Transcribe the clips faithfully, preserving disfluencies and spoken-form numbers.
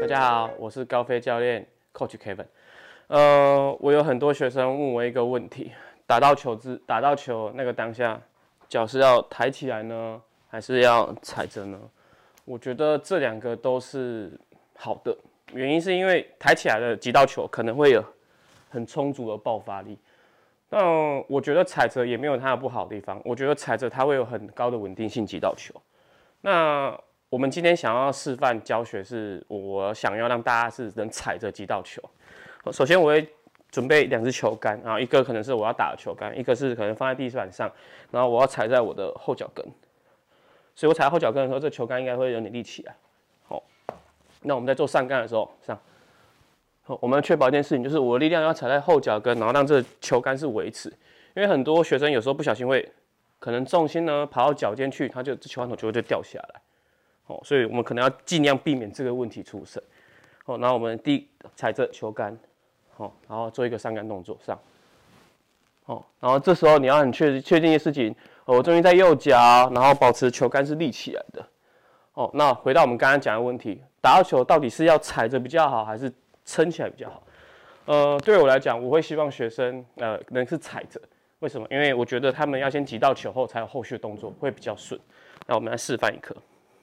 大家好，我是高飞教练 Coach Kevin。呃，我有很多学生问我一个问题：打到球之打到球那个当下，脚是要抬起来呢，还是要踩着呢？我觉得这两个都是好的，原因是因为抬起来的击到球可能会有很充足的爆发力。但我觉得踩着也没有它的不好的地方，我觉得踩着它会有很高的稳定性击到球。那我们今天想要示范教学是，我想要让大家是能踩着击到球。首先我会准备两支球杆，然后一个可能是我要打的球杆，一个是可能放在地板上，然后我要踩在我的后脚跟。所以我踩在后脚跟的时候，这球杆应该会有点立起来。好，那我们在做上杆的时候，上，我们要确保一件事情，就是我的力量要踩在后脚跟，然后让这球杆是维持。因为很多学生有时候不小心会，可能重心呢跑到脚尖去，他就这球杆头就会就掉下来。哦，所以我们可能要尽量避免这个问题出现。哦，然后我们第一踩着球杆，哦，然后做一个上杆动作上。哦，然后这时候你要很确确定的事情，哦，我重心在右脚，然后保持球杆是立起来的。哦，那回到我们刚刚讲的问题，打到球到底是要踩着比较好，还是撑起来比较好？呃，对我来讲，我会希望学生呃能是踩着。为什么？因为我觉得他们要先击到球后，才有后续的动作会比较顺。那我们来示范一课。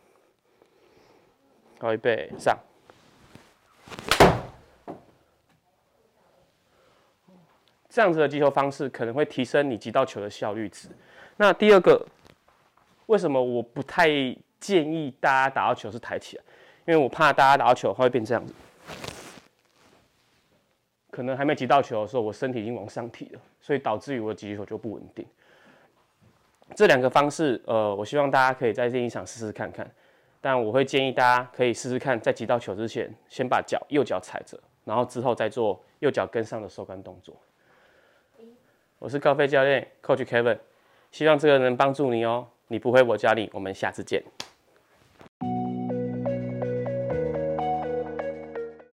好，预备上。这样子的击球方式可能会提升你击到球的效率值。那第二个，为什么我不太建议大家打到球是抬起来？因为我怕大家打到球会变这样子，可能还没击到球的时候，我身体已经往上提了，所以导致于我的击球就不稳定。这两个方式，呃，我希望大家可以在练习场试试看看。但我会建议大家可以试试看，在击到球之前，先把脚右脚踩着，然后之后再做右脚跟上的收杆动作。我是高飞教练 Coach Kevin， 希望这个能帮助你哦。你不会我教你，我们下次见。